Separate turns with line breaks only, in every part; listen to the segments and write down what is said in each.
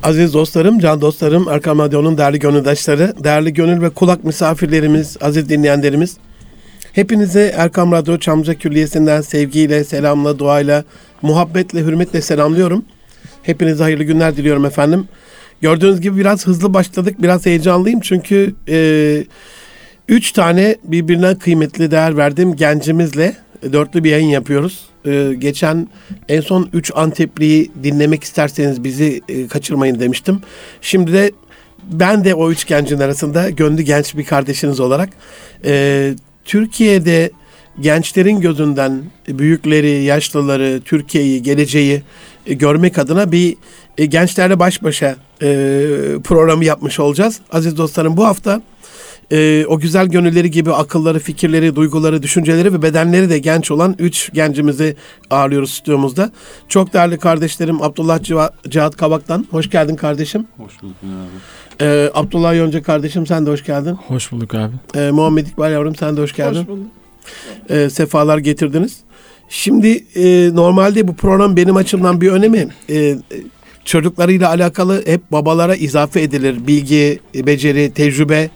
Aziz dostlarım, can dostlarım, Erkam Radyo'nun değerli gönüldaşları, değerli gönül ve kulak misafirlerimiz, aziz dinleyenlerimiz. Hepinize Erkam Radyo Çamlıca Külliyesi'nden sevgiyle, selamla, duayla, muhabbetle, hürmetle selamlıyorum. Hepinize hayırlı günler diliyorum efendim. Gördüğünüz gibi biraz hızlı başladık, biraz heyecanlıyım çünkü 3 tane birbirinden kıymetli, değer verdiğim gencimizle dörtlü bir yayın yapıyoruz. Geçen en son 3 Antepli'yi dinlemek isterseniz bizi kaçırmayın demiştim. Şimdi de ben de o 3 gencin arasında gönlü genç bir kardeşiniz olarak Türkiye'de gençlerin gözünden büyükleri, yaşlıları, Türkiye'yi, geleceği görmek adına bir gençlerle baş başa programı yapmış olacağız. Aziz dostlarım, bu hafta o güzel gönülleri gibi akılları, fikirleri, duyguları, düşünceleri ve bedenleri de genç olan 3 gencimizi ağırlıyoruz stüdyomuzda. Çok değerli kardeşlerim, Abdullah Cihat Kavak'tan. Hoş geldin kardeşim.
Hoş bulduk abi.
Abdullah Yonca kardeşim, sen de hoş geldin.
Hoş bulduk abi.
Muhammed İkbal yavrum, sen de hoş geldin.
Hoş bulduk.
Sefalar getirdiniz. Şimdi normalde bu program benim açımdan bir önemi. Çocuklarıyla alakalı hep babalara izafe edilir. Bilgi, beceri, tecrübe.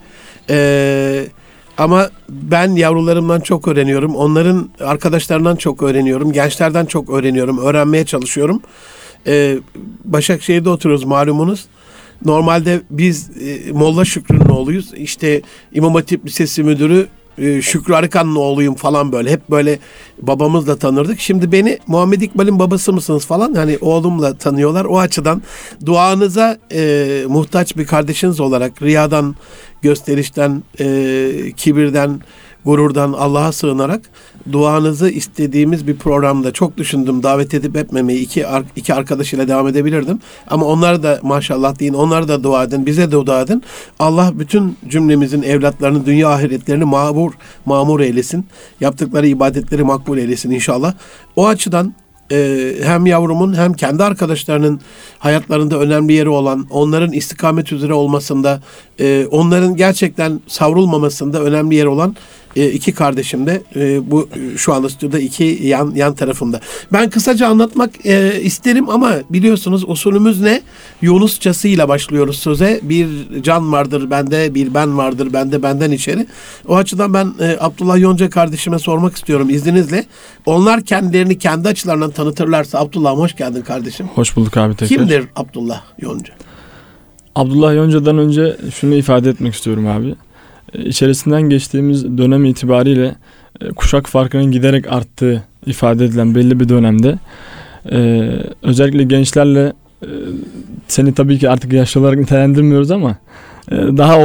Ama ben yavrularımdan çok öğreniyorum. Onların arkadaşlarından çok öğreniyorum. Gençlerden çok öğreniyorum. Öğrenmeye çalışıyorum. Başakşehir'de oturuyoruz malumunuz. Normalde biz Molla Şükrü'nün oğluyuz. İşte İmam Hatip Lisesi Müdürü Şükrü Arıkan'ın oğluyum falan böyle. Hep böyle babamızla tanırdık. Şimdi beni Muhammed İkbal'in babası mısınız falan, hani oğlumla tanıyorlar. O açıdan duanıza muhtaç bir kardeşiniz olarak riyadan, gösterişten, kibirden, gururdan Allah'a sığınarak duanızı istediğimiz bir programda çok düşündüm. Davet edip etmemeyi, iki arkadaşıyla devam edebilirdim. Ama onlar da maşallah deyin, onlar da dua edin, bize de dua edin. Allah bütün cümlemizin evlatlarını, dünya ahiretlerini mamur eylesin. Yaptıkları ibadetleri makbul eylesin inşallah. O açıdan hem yavrumun hem kendi arkadaşlarının hayatlarında önemli yeri olan, onların istikamet üzere olmasında, onların gerçekten savrulmamasında önemli yeri olan iki kardeşim de bu şu anda stüdyoda iki yan tarafımda. Ben kısaca anlatmak isterim ama biliyorsunuz usulümüz ne? Yunusçasıyla başlıyoruz söze. Bir can vardır bende, bir ben vardır bende, benden içeri. O açıdan ben Abdullah Yonca kardeşime sormak istiyorum izninizle. Onlar kendilerini kendi açılarından tanıtırlarsa. Abdullah'ım, hoş geldin kardeşim.
Hoş bulduk abi tekrar.
Kimdir Abdullah Yonca?
Abdullah Yonca'dan önce şunu ifade etmek istiyorum abi. İçerisinden geçtiğimiz dönem itibariyle kuşak farkının giderek arttığı ifade edilen belli bir dönemde özellikle gençlerle seni tabii ki artık yaşlı olarak nitelendirmiyoruz ama daha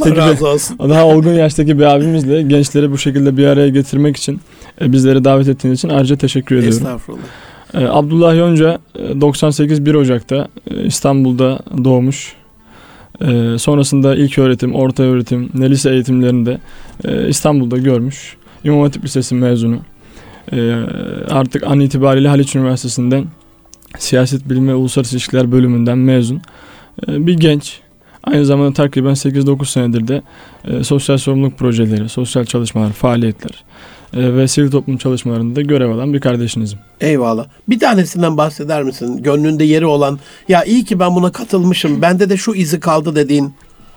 olgun yaştaki bir abimizle gençleri bu şekilde bir araya getirmek için bizleri davet ettiğiniz için ayrıca teşekkür ediyorum.
Estağfurullah.
Abdullah Yonca 98 1 Ocak'ta İstanbul'da doğmuş. Sonrasında ilk öğretim, orta öğretim, lise eğitimlerinde İstanbul'da görmüş. İmam Hatip Lisesi mezunu. Artık an itibariyle Haliç Üniversitesi'nden Siyaset Bilimi ve Uluslararası İlişkiler bölümünden mezun. Bir genç. Aynı zamanda takriben 8-9 senedir de sosyal sorumluluk projeleri, sosyal çalışmalar, faaliyetler ve sivil toplum çalışmalarında görev alan bir kardeşinizim.
Eyvallah. Bir tanesinden bahseder misin? Gönlünde yeri olan, ya iyi ki ben buna katılmışım, bende de şu izi kaldı dediğin.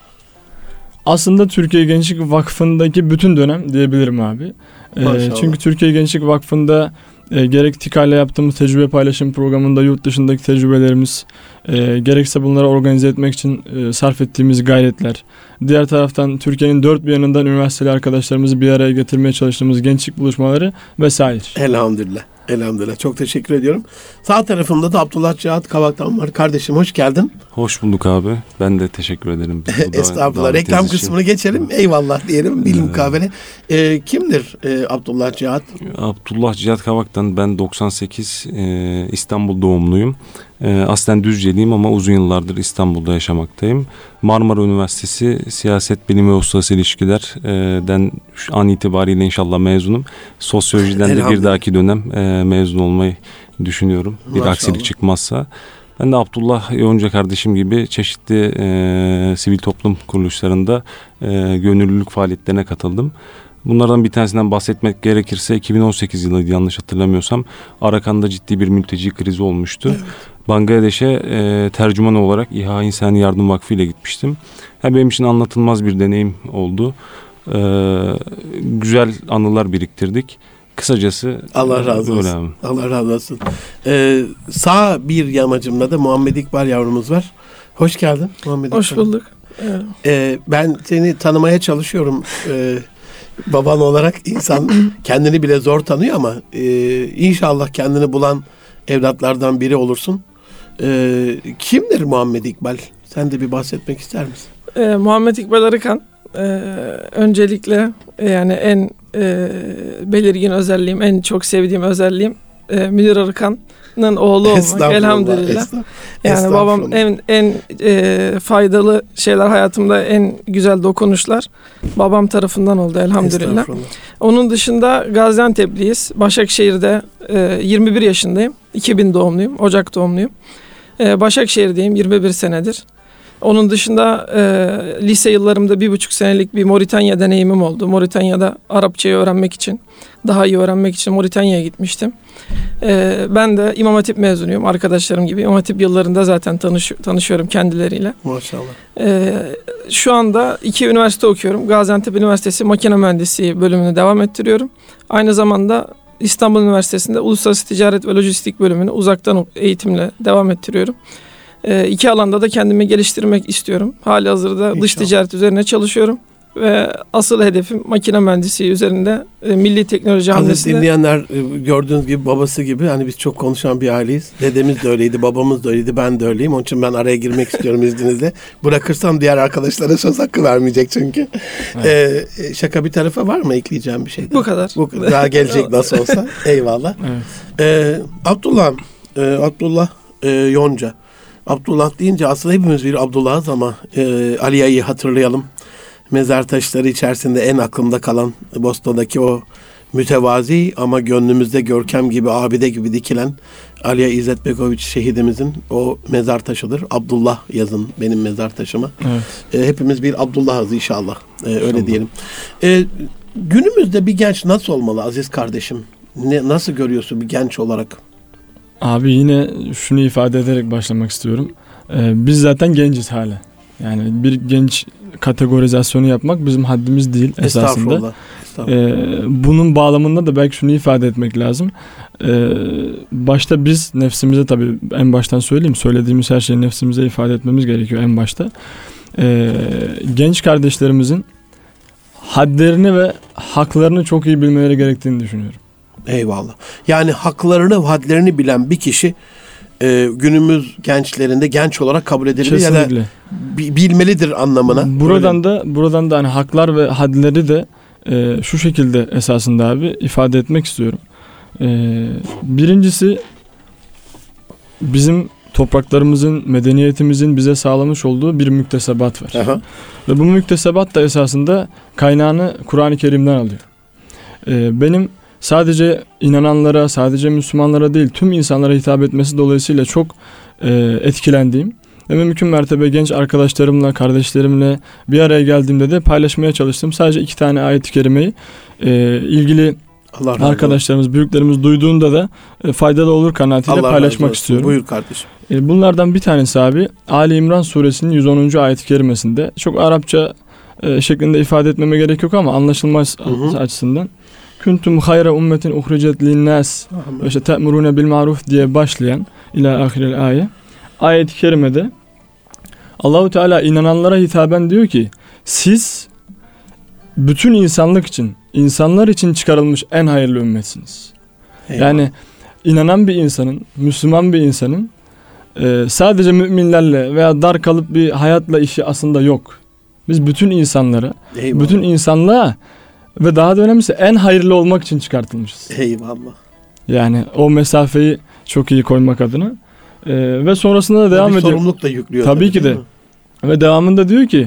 Aslında Türkiye Gençlik Vakfı'ndaki bütün dönem diyebilirim abi. Çünkü Türkiye Gençlik Vakfı'nda gerek TİKA'yla yaptığımız tecrübe paylaşım programında yurt dışındaki tecrübelerimiz, gerekse bunları organize etmek için sarf ettiğimiz gayretler, diğer taraftan Türkiye'nin dört bir yanından üniversiteli arkadaşlarımızı bir araya getirmeye çalıştığımız gençlik buluşmaları vesaire.
Elhamdülillah. Elhamdülillah. Çok teşekkür ediyorum. Sağ tarafımda da Abdullah Cihat Kavak'tan var. Kardeşim, hoş geldin.
Hoş bulduk abi. Ben de teşekkür ederim.
Estağfurullah. Reklam kısmını geçelim. Eyvallah diyelim. Bilmukabele. Kimdir Abdullah Cihat?
Abdullah Cihat Kavak'tan ben 98 İstanbul doğumluyum. Aslen Düzceliyim ama uzun yıllardır İstanbul'da yaşamaktayım. Marmara Üniversitesi Siyaset Bilimi ve Uluslararası İlişkiler'den şu an itibariyle inşallah mezunum. Sosyolojiden de bir dahaki dönem mezun olmayı düşünüyorum. Bir
Maşallah.
aksilik çıkmazsa. Ben de Abdullah Yonca kardeşim gibi çeşitli sivil toplum kuruluşlarında gönüllülük faaliyetlerine katıldım. Bunlardan bir tanesinden bahsetmek gerekirse 2018 yılıydı yanlış hatırlamıyorsam. Arakan'da ciddi bir mülteci krizi olmuştu.
Evet.
Bangladeş'e tercüman olarak İHA İnsani Yardım Vakfı ile gitmiştim. Benim için anlatılmaz bir deneyim oldu. Güzel anılar biriktirdik. Kısacası
Allah razı olsun.
öyle.
Allah razı olsun. Sağ bir yamacımda da Muhammed İkbal yavrumuz var. Hoş geldin Muhammed İkbal.
Hoş bulduk.
Ben seni tanımaya çalışıyorum. Baban olarak insan kendini bile zor tanıyor ama inşallah kendini bulan evlatlardan biri olursun. Kimdir Muhammed İkbal? Sen de bir bahsetmek ister misin?
Muhammed İkbal Arıkan öncelikle yani en belirgin özelliğim, en çok sevdiğim özelliğim Münir Arıkan'ın oğlu olmak. Elhamdülillah. Yani babam en faydalı şeyler hayatımda, en güzel dokunuşlar babam tarafından oldu elhamdülillah. Onun dışında Gaziantep'liyiz. Başakşehir'de 21 yaşındayım. 2000 doğumluyum. Ocak doğumluyum. Başakşehir'deyim 21 senedir. Onun dışında lise yıllarımda 1,5 senelik bir Moritanya deneyimim oldu. Moritanya'da Arapçayı öğrenmek için, daha iyi öğrenmek için Moritanya'ya gitmiştim. Ben de İmam Hatip mezunuyum. Arkadaşlarım gibi İmam Hatip yıllarında zaten tanışıyorum kendileriyle.
Maşallah.
Şu anda 2 üniversite okuyorum. Gaziantep Üniversitesi Makine Mühendisliği bölümünü devam ettiriyorum. Aynı zamanda İstanbul Üniversitesi'nde Uluslararası Ticaret ve Lojistik bölümünü uzaktan eğitimle devam ettiriyorum. 2 alanda da kendimi geliştirmek istiyorum. Halihazırda dış ticaret üzerine çalışıyorum. Ve asıl hedefim makine mühendisliği üzerinde milli teknoloji hamlesinde.
Dinleyenler gördüğünüz gibi babası gibi hani biz çok konuşan bir aileyiz. Dedemiz de öyleydi, babamız da öyleydi, ben de öyleyim. Onun için ben araya girmek istiyorum izninizle. Bırakırsam diğer arkadaşlara söz hakkı vermeyecek çünkü. Evet. Şaka bir tarafa var mı ekleyeceğim bir şey?
Bu kadar.
Bu daha gelecek nasıl olsa. Eyvallah. Evet. Abdullah Yonca. Abdullah deyince aslında hepimiz bir Abdullah'ız ama Aliya'yı hatırlayalım. Mezar taşları içerisinde en aklımda kalan Bosna'daki o mütevazi ama gönlümüzde görkem gibi, abide gibi dikilen Aliya İzzet Begoviç şehidimizin o mezar taşıdır. Abdullah yazın benim mezar taşıma. Evet. Hepimiz bir Abdullah'ız inşallah. Öyle diyelim. Günümüzde bir genç nasıl olmalı aziz kardeşim? Nasıl görüyorsun bir genç olarak?
Abi yine şunu ifade ederek başlamak istiyorum. Biz zaten genciz hala. Yani bir genç kategorizasyonu yapmak bizim haddimiz değil esasında. Bunun bağlamında da belki şunu ifade etmek lazım. Başta biz nefsimize, tabii en baştan söyleyeyim, söylediğimiz her şeyi nefsimize ifade etmemiz gerekiyor en başta. Genç kardeşlerimizin hadlerini ve haklarını çok iyi bilmeleri gerektiğini düşünüyorum.
Eyvallah. Yani haklarını, hadlerini bilen bir kişi günümüz gençlerinde genç olarak kabul edilir ya da bilmelidir anlamına.
Buradan da hani haklar ve hadleri de şu şekilde esasında abi ifade etmek istiyorum. Birincisi bizim topraklarımızın, medeniyetimizin bize sağlamış olduğu bir müktesebat var. Aha. Ve bu müktesebat da esasında kaynağını Kur'an-ı Kerim'den alıyor. Benim sadece inananlara, sadece Müslümanlara değil tüm insanlara hitap etmesi dolayısıyla çok etkilendiğim ve mümkün mertebe genç arkadaşlarımla, kardeşlerimle bir araya geldiğimde de paylaşmaya çalıştım. Sadece 2 tane ayet-i kerimeyi ilgili arkadaşlarımız, büyüklerimiz duyduğunda da faydalı olur kanaatiyle paylaşmak istiyorum.
Buyur kardeşim.
Bunlardan bir tanesi abi Ali İmran suresinin 110. ayet-i kerimesinde, çok Arapça şeklinde ifade etmeme gerek yok ama anlaşılmaz açısından. Kuntum hayra ummetin uhricet linnas ve işte te'murune bil maruf diye başlayan ila ahirel ayet. Ayet-i kerimede Allahu Teala inananlara hitaben diyor ki siz bütün insanlık için, insanlar için çıkarılmış en hayırlı ümmetsiniz. Eyvallah. Yani inanan bir insanın, Müslüman bir insanın sadece müminlerle veya dar kalıp bir hayatla işi aslında yok. Biz bütün insanlara, eyvallah, bütün insanlığa ve daha da önemlisi en hayırlı olmak için çıkartılmışız.
Eyvallah.
Yani o mesafeyi çok iyi koymak adına. Ve sonrasında da devam ediyor.
Sorumluluk da yüklüyor.
Tabii ki de. Ve devamında diyor ki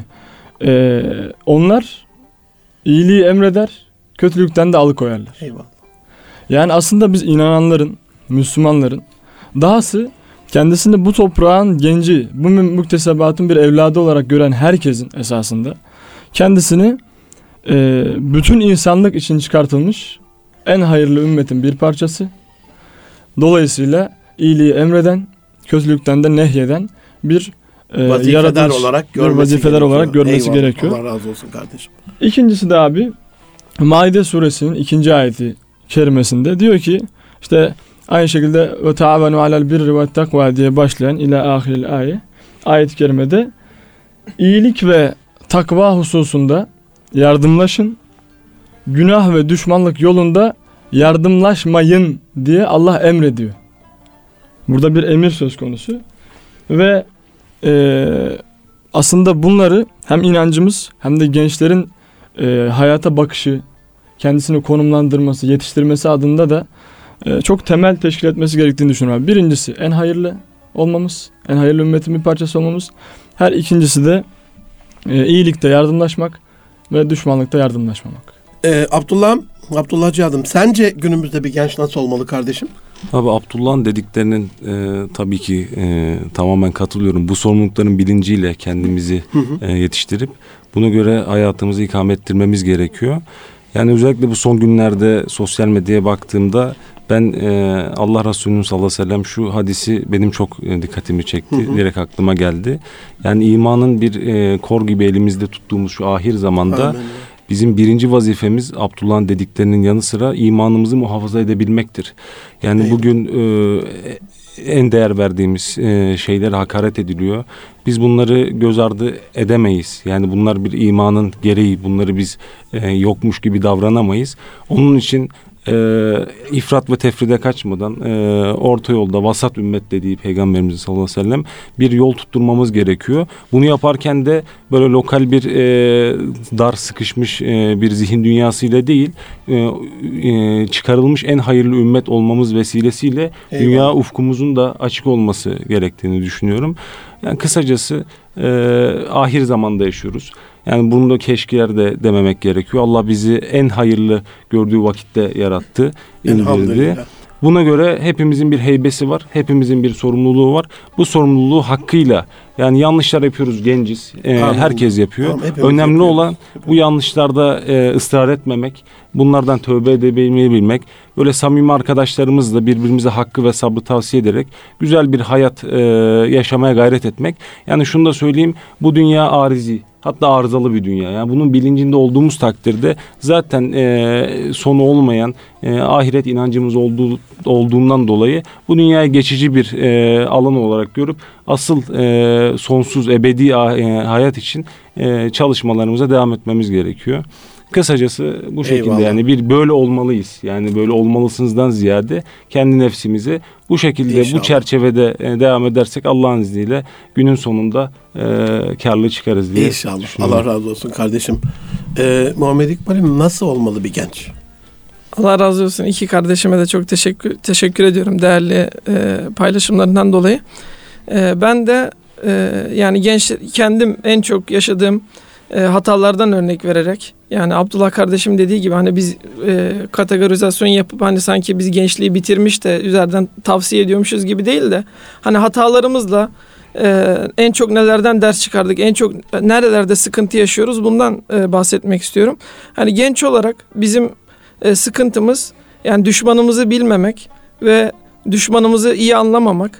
onlar iyiliği emreder, kötülükten de alıkoyarlar.
Eyvallah.
Yani aslında biz inananların, Müslümanların, dahası kendisini bu toprağın genci, bu müktesebatın bir evladı olarak gören herkesin esasında kendisini bütün insanlık için çıkartılmış en hayırlı ümmetin bir parçası. Dolayısıyla iyiliği emreden, kötülükten de nehyeden bir
vazifedar olarak
görmesi gerekiyor.
Allah razı olsun kardeşim.
İkincisi de abi Maide suresinin 2. ayeti kerimesinde diyor ki işte aynı şekilde ve taavenu alel birri ve takva diye başlayan ila ahiril ayet-i kerimede iyilik ve takva hususunda yardımlaşın, günah ve düşmanlık yolunda yardımlaşmayın diye Allah emrediyor. Burada bir emir söz konusu ve aslında bunları hem inancımız hem de gençlerin hayata bakışı, kendisini konumlandırması, yetiştirmesi adında da çok temel teşkil etmesi gerektiğini düşünüyorum. Birincisi en hayırlı olmamız, en hayırlı ümmetin bir parçası olmamız. Her ikincisi de iyilikte yardımlaşmak ve düşmanlıkta yardımlaşmamak.
Abdullah Cihadım, sence günümüzde bir genç nasıl olmalı kardeşim?
Abi Abdullah'ın dediklerinin tabii ki tamamen katılıyorum. Bu sorumlulukların bilinciyle kendimizi yetiştirip buna göre hayatımızı ikame ettirmemiz gerekiyor. Yani özellikle bu son günlerde sosyal medyaya baktığımda ben Allah Resulü'nün sallallahu aleyhi ve sellem şu hadisi benim çok dikkatimi çekti. Direkt aklıma geldi. Yani imanın bir kor gibi elimizde tuttuğumuz şu ahir zamanda bizim birinci vazifemiz Abdullah'ın dediklerinin yanı sıra imanımızı muhafaza edebilmektir. Yani bugün en değer verdiğimiz şeyler hakaret ediliyor. Biz bunları göz ardı edemeyiz. Yani bunlar bir imanın gereği. Bunları biz yokmuş gibi davranamayız. Onun için ifrat ve tefride kaçmadan orta yolda vasat ümmet dediği Peygamberimizin sallallahu aleyhi ve sellem bir yol tutturmamız gerekiyor. Bunu yaparken de böyle lokal bir dar sıkışmış bir zihin dünyasıyla değil çıkarılmış en hayırlı ümmet olmamız vesilesiyle dünya ufkumuzun da açık olması gerektiğini düşünüyorum. Yani kısacası ahir zamanda yaşıyoruz. Yani bunu da keşkeler de dememek gerekiyor. Allah bizi en hayırlı gördüğü vakitte yarattı, indirdi. Buna göre hepimizin bir heybesi var, hepimizin bir sorumluluğu var. Bu sorumluluğu hakkıyla, yani yanlışlar yapıyoruz, genciz, herkes yapıyor. Önemli olan bu yanlışlarda ısrar etmemek, bunlardan tövbe edebilmeyi bilmek. Böyle samimi arkadaşlarımızla birbirimize hakkı ve sabrı tavsiye ederek güzel bir hayat yaşamaya gayret etmek. Yani şunu da söyleyeyim, bu dünya arizi. Hatta arızalı bir dünya. Yani bunun bilincinde olduğumuz takdirde zaten sonu olmayan ahiret inancımız olduğundan dolayı bu dünyayı geçici bir alan olarak görüp asıl sonsuz ebedi hayat için çalışmalarımıza devam etmemiz gerekiyor. Kısacası bu şekilde yani böyle olmalıyız. Yani böyle olmalısınızdan ziyade kendi nefsimizi bu şekilde bu çerçevede devam edersek Allah'ın izniyle günün sonunda karlı çıkarız diye
İnşallah. Allah razı olsun kardeşim. Muhammed İkbal'im, nasıl olmalı bir genç?
Allah razı olsun. İki kardeşime de çok teşekkür ediyorum değerli paylaşımlarından dolayı. Ben de yani kendim en çok yaşadığım hatalardan örnek vererek, yani Abdullah kardeşim dediği gibi hani biz kategorizasyon yapıp hani sanki biz gençliği bitirmiş de üzerinden tavsiye ediyormuşuz gibi değil de hani hatalarımızla en çok nelerden ders çıkardık, en çok nerelerde sıkıntı yaşıyoruz, bundan bahsetmek istiyorum. Hani genç olarak bizim sıkıntımız yani düşmanımızı bilmemek ve düşmanımızı iyi anlamamak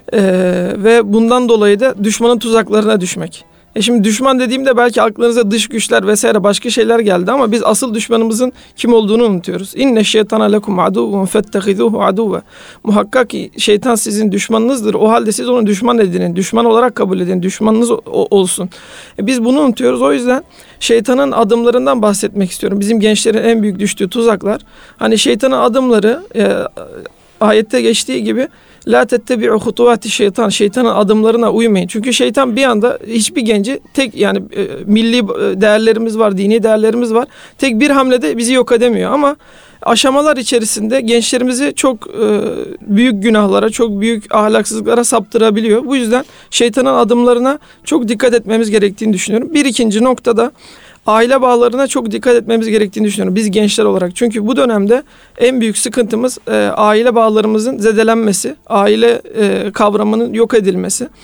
ve bundan dolayı da düşmanın tuzaklarına düşmek. Şimdi düşman dediğimde belki aklınıza dış güçler vesaire başka şeyler geldi ama biz asıl düşmanımızın kim olduğunu unutuyoruz. İnne şeytana lekum aduvun fettehizuhu aduve. Muhakkak ki şeytan sizin düşmanınızdır. O halde siz onu düşman edinin. Düşman olarak kabul edin. Düşmanınız olsun. Biz bunu unutuyoruz. O yüzden şeytanın adımlarından bahsetmek istiyorum. Bizim gençlerin en büyük düştüğü tuzaklar. Hani şeytanın adımları ayette geçtiği gibi la tettebi'u hutuvati şeytan, şeytanın adımlarına uymayın. Çünkü şeytan bir anda hiçbir genci tek yani milli değerlerimiz var, dini değerlerimiz var. Tek bir hamlede bizi yok edemiyor ama aşamalar içerisinde gençlerimizi çok büyük günahlara, çok büyük ahlaksızlıklara saptırabiliyor. Bu yüzden şeytanın adımlarına çok dikkat etmemiz gerektiğini düşünüyorum. Bir ikinci noktada aile bağlarına çok dikkat etmemiz gerektiğini düşünüyorum biz gençler olarak. Çünkü bu dönemde en büyük sıkıntımız aile bağlarımızın zedelenmesi, aile kavramının yok edilmesi.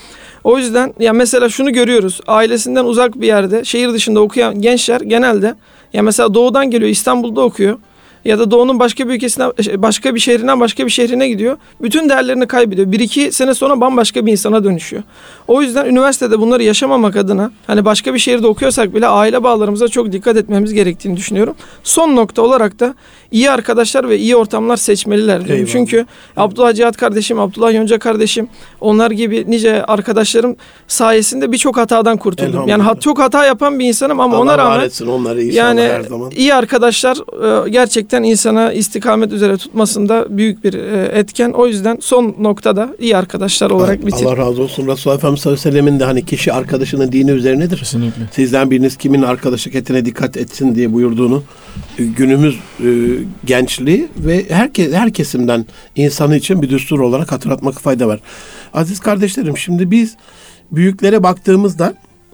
O yüzden ya mesela şunu görüyoruz. Ailesinden uzak bir yerde, şehir dışında okuyan gençler genelde ya mesela doğudan geliyor, İstanbul'da okuyor. Ya da doğunun başka bir ülkesinden, başka bir şehrinden başka bir şehrine gidiyor. Bütün değerlerini kaybediyor. 1-2 sene sonra bambaşka bir insana dönüşüyor. O yüzden üniversitede bunları yaşamamak adına hani başka bir şehirde okuyorsak bile aile bağlarımıza çok dikkat etmemiz gerektiğini düşünüyorum. Son nokta olarak da iyi arkadaşlar ve iyi ortamlar seçmeliler diyorum.
Eyvallah.
Çünkü Abdullah Cihat kardeşim, Abdullah Yonca kardeşim, onlar gibi nice arkadaşlarım sayesinde birçok hatadan kurtuldum. Yani çok hata yapan bir insanım ama
Allah
ona rağmen
etsin onları inşallah
yani
her zaman.
iyi arkadaşlar gerçekten insana istikamet üzere tutmasında büyük bir etken. O yüzden son noktada iyi arkadaşlar olarak bitir.
Allah razı olsun. Resulullah Efendimiz sallallahu aleyhi ve sellem'in de hani kişi arkadaşının dini üzerinedir.
Kesinlikle.
Sizden biriniz kimin arkadaşlık ettiğine dikkat etsin diye buyurduğunu günümüz gençliği ve her kesimden insanı için bir düstur olarak hatırlatmak fayda var. Aziz kardeşlerim, şimdi biz büyüklere baktığımızda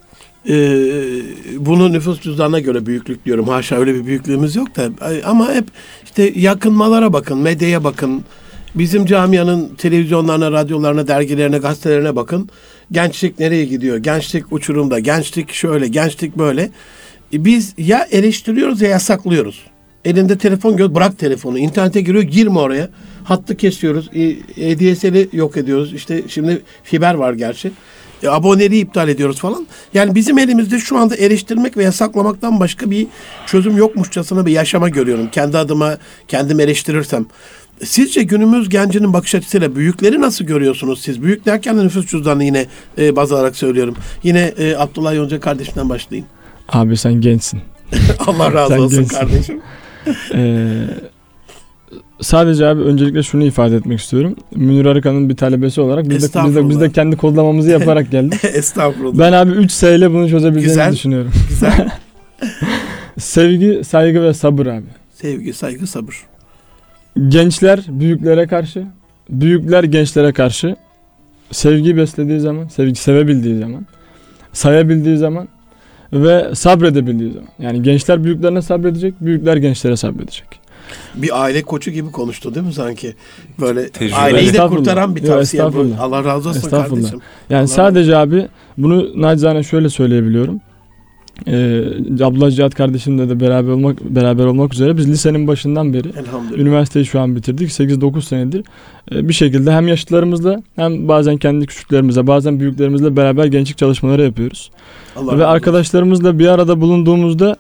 bunu nüfus cüzdanına göre büyüklük diyorum. Haşa öyle bir büyüklüğümüz yok da ama hep işte yakınmalara bakın, medyaya bakın. Bizim camianın televizyonlarına, radyolarına, dergilerine, gazetelerine bakın. Gençlik nereye gidiyor? Gençlik uçurumda, gençlik şöyle, gençlik böyle. Biz ya eleştiriyoruz ya yasaklıyoruz. Elinde telefon bırak telefonu. İnternete giriyor, girme oraya. Hattı kesiyoruz. DSL'i yok ediyoruz. İşte şimdi fiber var gerçi. Aboneliği iptal ediyoruz falan. Yani bizim elimizde şu anda eleştirmek ve yasaklamaktan başka bir çözüm yokmuşçasına bir yaşama görüyorum. Kendi adıma kendim eleştirirsem. Sizce günümüz gencinin bakış açısıyla büyükleri nasıl görüyorsunuz siz? Büyük derken de nüfus cüzdanını yine baz alarak söylüyorum. Yine Abdullah Yonca kardeşimden başlayayım.
Abi sen gençsin.
Allah razı
Sen
olsun
gençsin.
kardeşim.
Sadece abi öncelikle şunu ifade etmek istiyorum. Münir Arıkan'ın bir talebesi olarak biz de kendi kodlamamızı yaparak geldik.
Estağfurullah.
Ben abi 3 S ile bunu çözebileceğimizi
Güzel.
düşünüyorum.
Güzel.
Sevgi, saygı ve sabır abi.
Sevgi, saygı, sabır.
Gençler büyüklere karşı, büyükler gençlere karşı sevgi beslediği zaman, sevgi sevebildiği zaman, sayabildiği zaman ve sabredebildiği zaman. Yani gençler büyüklerine sabredecek, büyükler gençlere sabredecek.
Bir aile koçu gibi konuştu değil mi sanki? Böyle
Tecrübe.
aileyi de
Estağfurullah.
kurtaran bir
Yok,
tavsiye bu.
estağfurullah.
Allah razı olsun
Estağfurullah.
kardeşim.
Yani
Allah
sadece abi bunu nacizane şöyle söyleyebiliyorum. Abdullah Cihat kardeşimle de beraber olmak üzere biz lisenin başından beri
Elhamdülillah.
üniversiteyi şu an bitirdik. 8-9 senedir bir şekilde hem yaşlılarımızla hem bazen kendi küçüklerimizle bazen büyüklerimizle beraber gençlik çalışmaları yapıyoruz.
Allah
Ve
razı olsun.
arkadaşlarımızla bir arada bulunduğumuzda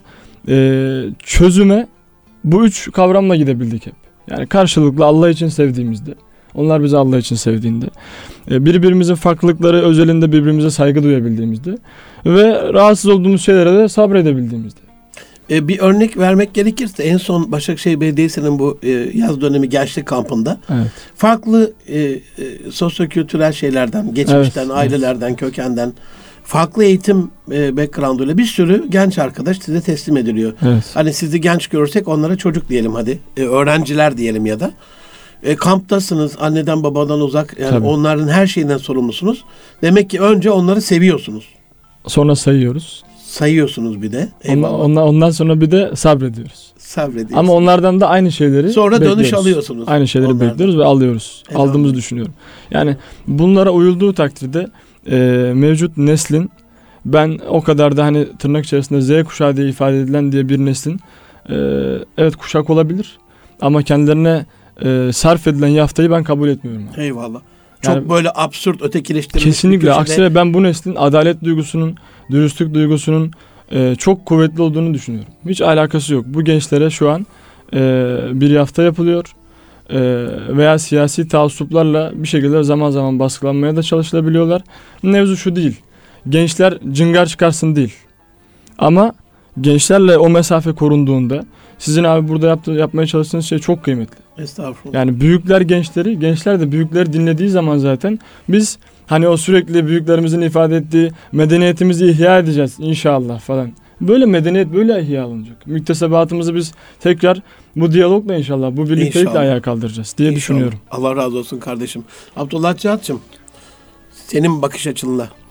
çözüme bu 3 kavramla gidebildik hep. Yani karşılıklı Allah için sevdiğimizde, onlar bizi Allah için sevdiğinde, birbirimizin farklılıkları özelinde birbirimize saygı duyabildiğimizde ve rahatsız olduğumuz şeylere de sabredebildiğimizde.
Bir örnek vermek gerekirse en son Başakşehir Belediyesi'nin bu yaz dönemi gençlik kampında
Evet.
farklı sosyokültürel şeylerden, geçmişten,
Evet,
ailelerden, kökenden farklı eğitim background'uyla bir sürü genç arkadaş size teslim ediliyor.
Evet.
Hani sizi genç görürsek onlara çocuk diyelim hadi. Öğrenciler diyelim ya da. Kamptasınız, anneden babadan uzak. Yani
Tabii.
onların her şeyinden sorumlusunuz. Demek ki önce onları seviyorsunuz.
Sonra sayıyoruz.
Sayıyorsunuz bir de. Eyvallah.
Ondan sonra bir de sabrediyoruz.
Sabrediyorsunuz.
Ama onlardan da aynı şeyleri
Sonra
bekliyoruz.
dönüş alıyorsunuz.
Aynı şeyleri
onlardan.
bekliyoruz ve alıyoruz.
Elhamdülillah.
Aldığımızı düşünüyorum. Yani bunlara uyulduğu takdirde mevcut neslin, ben o kadar da hani tırnak içerisinde Z kuşağı diye ifade edilen diye bir neslin evet kuşak olabilir ama kendilerine sarf edilen yaftayı ben kabul etmiyorum. Abi.
Eyvallah.
Yani
Çok böyle absürt ötekileştirilmiş.
Kesinlikle.
bir köşede-
Aksine ben bu neslin adalet duygusunun, dürüstlük duygusunun çok kuvvetli olduğunu düşünüyorum. Hiç alakası yok. Bu gençlere şu an bir yafta yapılıyor veya siyasi taassuplarla bir şekilde zaman zaman baskılanmaya da çalışılabiliyorlar. Mevzu şu değil. Gençler cıngar çıkarsın değil. Ama gençlerle o mesafe korunduğunda sizin abi burada yapmaya çalıştığınız şey çok kıymetli.
Estağfurullah.
Yani büyükler gençleri, gençler de büyükleri dinlediği zaman zaten biz hani o sürekli büyüklerimizin ifade ettiği medeniyetimizi ihya edeceğiz inşallah falan. Böyle medeniyet böyle ihya alınacak. Müktesebatımızı biz tekrar bu diyalogla inşallah, bu birliktelikle
İnşallah.
ayağa kaldıracağız diye
İnşallah.
düşünüyorum.
Allah razı olsun kardeşim. Abdullah Cihat'cığım, senin bakış açınla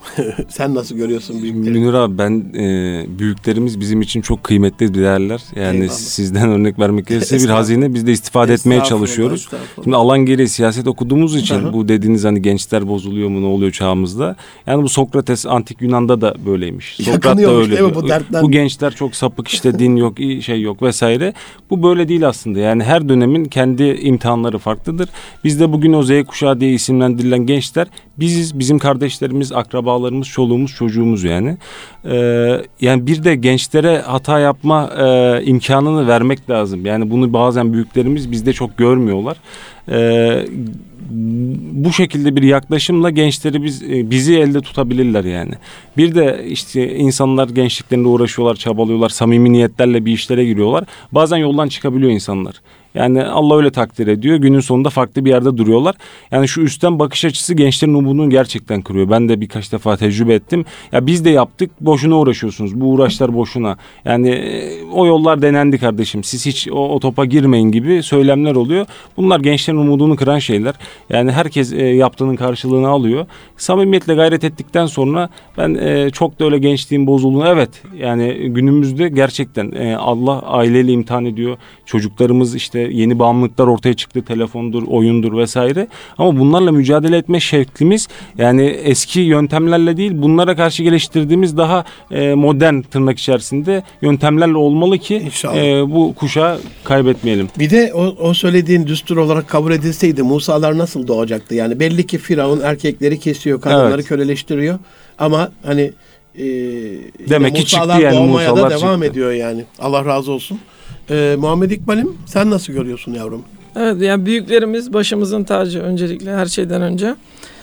Sen nasıl görüyorsun büyükleri?
Münir abi, ben büyüklerimiz bizim için çok kıymetli değerler. Yani
Eyvallah.
sizden örnek vermek gerekirse bir hazine, biz de istifade etmeye çalışıyoruz. Şimdi alan gereği siyaset okuduğumuz için bu dediğiniz hani gençler bozuluyor mu, ne oluyor çağımızda? Yani bu Sokrates antik Yunan'da da böyleymiş. Sokrat da öyle diyor. Bu gençler çok sapık, işte din yok, şey yok vesaire. Bu böyle değil aslında. Yani her dönemin kendi imtihanları farklıdır. Biz de bugün o Z kuşağı diye isimlendirilen gençler biziz, bizim kardeşlerimiz, akrabalarımız, çoluğumuz, çocuğumuz yani. Yani bir de gençlere hata yapma imkanını vermek lazım. Yani bunu bazen büyüklerimiz bizde çok görmüyorlar. Bu şekilde bir yaklaşımla gençleri bizi elde tutabilirler yani. Bir de işte insanlar gençliklerinde uğraşıyorlar, çabalıyorlar, samimi niyetlerle bir işlere giriyorlar. Bazen yoldan çıkabiliyor insanlar. Yani Allah öyle takdir ediyor. Günün sonunda farklı bir yerde duruyorlar. Yani şu üstten bakış açısı gençlerin umudunu gerçekten kırıyor. Ben de birkaç defa tecrübe ettim. Ya biz de yaptık, boşuna uğraşıyorsunuz. Bu uğraşlar boşuna. Yani o yollar denendi kardeşim. Siz hiç o topa girmeyin gibi söylemler oluyor. Bunlar gençlerin umudunu kıran şeyler. Yani herkes yaptığının karşılığını alıyor. Samimiyetle gayret ettikten sonra ben çok da öyle gençliğin bozulduğunu, evet yani günümüzde gerçekten Allah aileyle imtihan ediyor. Çocuklarımız işte yeni bağımlılıklar ortaya çıktı, telefondur, oyundur vesaire. Ama bunlarla mücadele etme şeklimiz yani eski yöntemlerle değil, bunlara karşı geliştirdiğimiz daha modern tırnak içerisinde yöntemlerle olmalı ki bu kuşağı kaybetmeyelim.
Bir de o söylediğin düstur olarak kabul edilseydi Musalar nasıl doğacaktı? Yani belli ki Firavun erkekleri kesiyor, kadınları köleleştiriyor ama hani
demek ki
Musalar
çıktı yani,
doğmaya
Musalar
da devam
çıktı.
ediyor yani. Allah razı olsun. Muhammed İkbal'im, sen nasıl görüyorsun yavrum?
Evet, yani büyüklerimiz başımızın tacı öncelikle, her şeyden önce.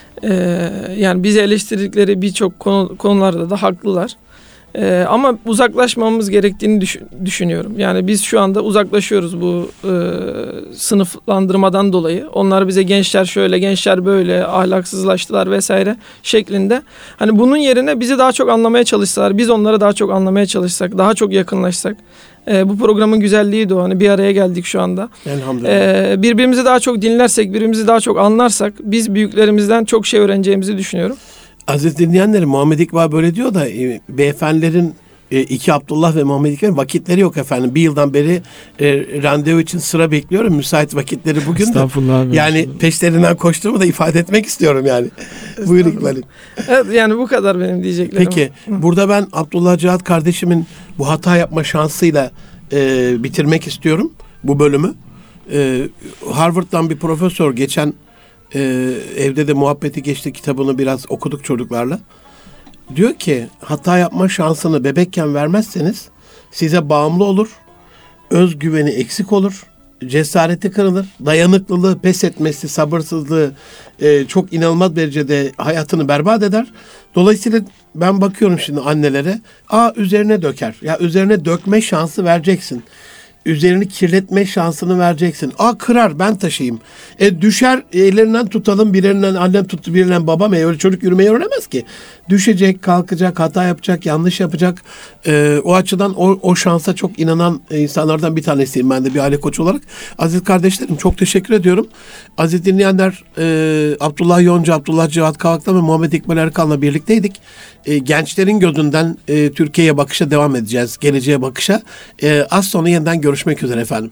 Yani bizi eleştirdikleri birçok konularda da haklılar. Ama uzaklaşmamız gerektiğini düşünüyorum. Yani biz şu anda uzaklaşıyoruz bu sınıflandırmadan dolayı. Onlar bize gençler şöyle, gençler böyle, ahlaksızlaştılar vesaire şeklinde. Hani bunun yerine bizi daha çok anlamaya çalışsalar, biz onları daha çok anlamaya çalışsak, daha çok yakınlaşsak. Bu programın güzelliği de o. Hani bir araya geldik şu anda.
Elhamdülillah.
Birbirimizi daha çok dinlersek, birbirimizi daha çok anlarsak biz büyüklerimizden çok şey öğreneceğimizi düşünüyorum.
Aziz dinleyenlerim, Muhammed İkbal böyle diyor da beyefendilerin iki Abdullah ve Muhammed İkbal'in vakitleri yok efendim. Bir yıldan beri randevu için sıra bekliyorum. Müsait vakitleri bugün de.
Estağfurullah abi.
Yani peşlerinden koştuğumu da ifade etmek istiyorum yani. Buyur İkbal'im.
Evet, yani bu kadar benim diyeceklerim.
Peki burada ben Abdullah Cihat kardeşimin bu hata yapma şansıyla bitirmek istiyorum bu bölümü. Harvard'dan bir profesör geçen evde de muhabbeti geçti, kitabını biraz okuduk çocuklarla. Diyor ki hata yapma şansını bebekken vermezseniz size bağımlı olur, özgüveni eksik olur, cesareti kırılır, dayanıklılığı pes etmesi, sabırsızlığı çok inanılmaz derecede hayatını berbat eder. Dolayısıyla ben bakıyorum şimdi annelere, üzerine döker. Ya üzerine dökme şansı vereceksin. Üzerini kirletme şansını vereceksin. Kırar, ben taşıyayım. Düşer, ellerinden tutalım, birinden annem tuttu, birinden babam. Öyle çocuk yürümeyi öğrenemez ki. Düşecek, kalkacak, hata yapacak, yanlış yapacak. O açıdan o şansa çok inanan insanlardan bir tanesiyim ben de bir aile koçu olarak. Aziz kardeşlerim, çok teşekkür ediyorum. Aziz dinleyenler, Abdullah Yonca, Abdullah Cihat Kavak'tan ve Muhammed İkbal Erkan'la birlikteydik. Gençlerin gözünden Türkiye'ye bakışa devam edeceğiz. Geleceğe bakışa. Az sonra yeniden görüşmek üzere efendim.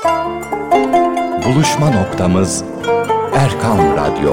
Buluşma noktamız Erkam Radyo.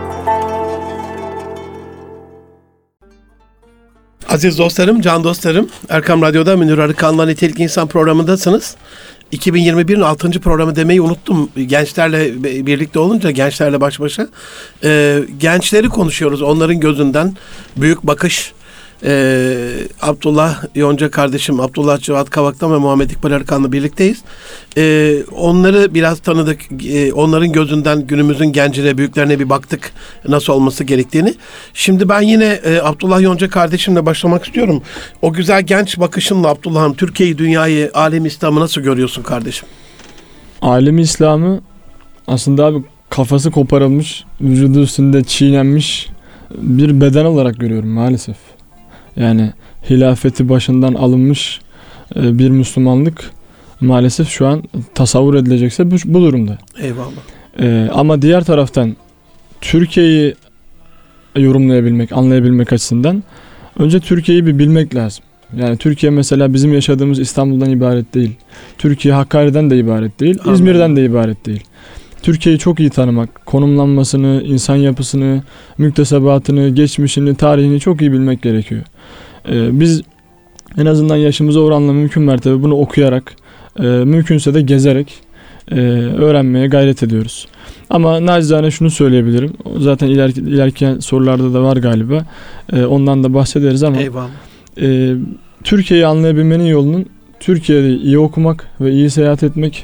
Aziz dostlarım, can dostlarım, Erkam Radyo'da Münir Arıkan'la Nitelik İnsan programındasınız. 2021'in 6. programı demeyi unuttum. Gençlerle birlikte olunca, gençlerle baş başa. Gençleri konuşuyoruz. Onların gözünden büyük bakış. Abdullah Yonca kardeşim, Abdullah Cihat Kavak'tan ve Muhammed İkbal Erkan'la birlikteyiz. Onları biraz tanıdık. Onların gözünden günümüzün gencine, büyüklerine bir baktık nasıl olması gerektiğini. Şimdi ben yine Abdullah Yonca kardeşimle başlamak istiyorum. O güzel genç bakışınla Abdullah'ım, Türkiye'yi, dünyayı, alem İslam'ı nasıl görüyorsun kardeşim?
Alemi İslam'ı aslında abi kafası koparılmış, vücudu üstünde çiğnenmiş bir beden olarak görüyorum maalesef. Yani hilafeti başından alınmış bir Müslümanlık maalesef şu an tasavvur edilecekse bu durumda.
Eyvallah.
Ama diğer taraftan Türkiye'yi yorumlayabilmek, anlayabilmek açısından önce Türkiye'yi bir bilmek lazım. Yani Türkiye mesela bizim yaşadığımız İstanbul'dan ibaret değil. Türkiye Hakkari'den de ibaret değil,
Anladım.
İzmir'den de ibaret değil. Türkiye'yi çok iyi tanımak, konumlanmasını, insan yapısını, müktesebatını, geçmişini, tarihini çok iyi bilmek gerekiyor. Biz en azından yaşımıza oranla mümkün mertebe bunu okuyarak, mümkünse de gezerek öğrenmeye gayret ediyoruz. Ama nacizane şunu söyleyebilirim. Zaten ileriki sorularda da var galiba. Ondan da bahsederiz ama
Eyvallah.
Türkiye'yi anlayabilmenin yolunun Türkiye'de iyi okumak ve iyi seyahat etmek.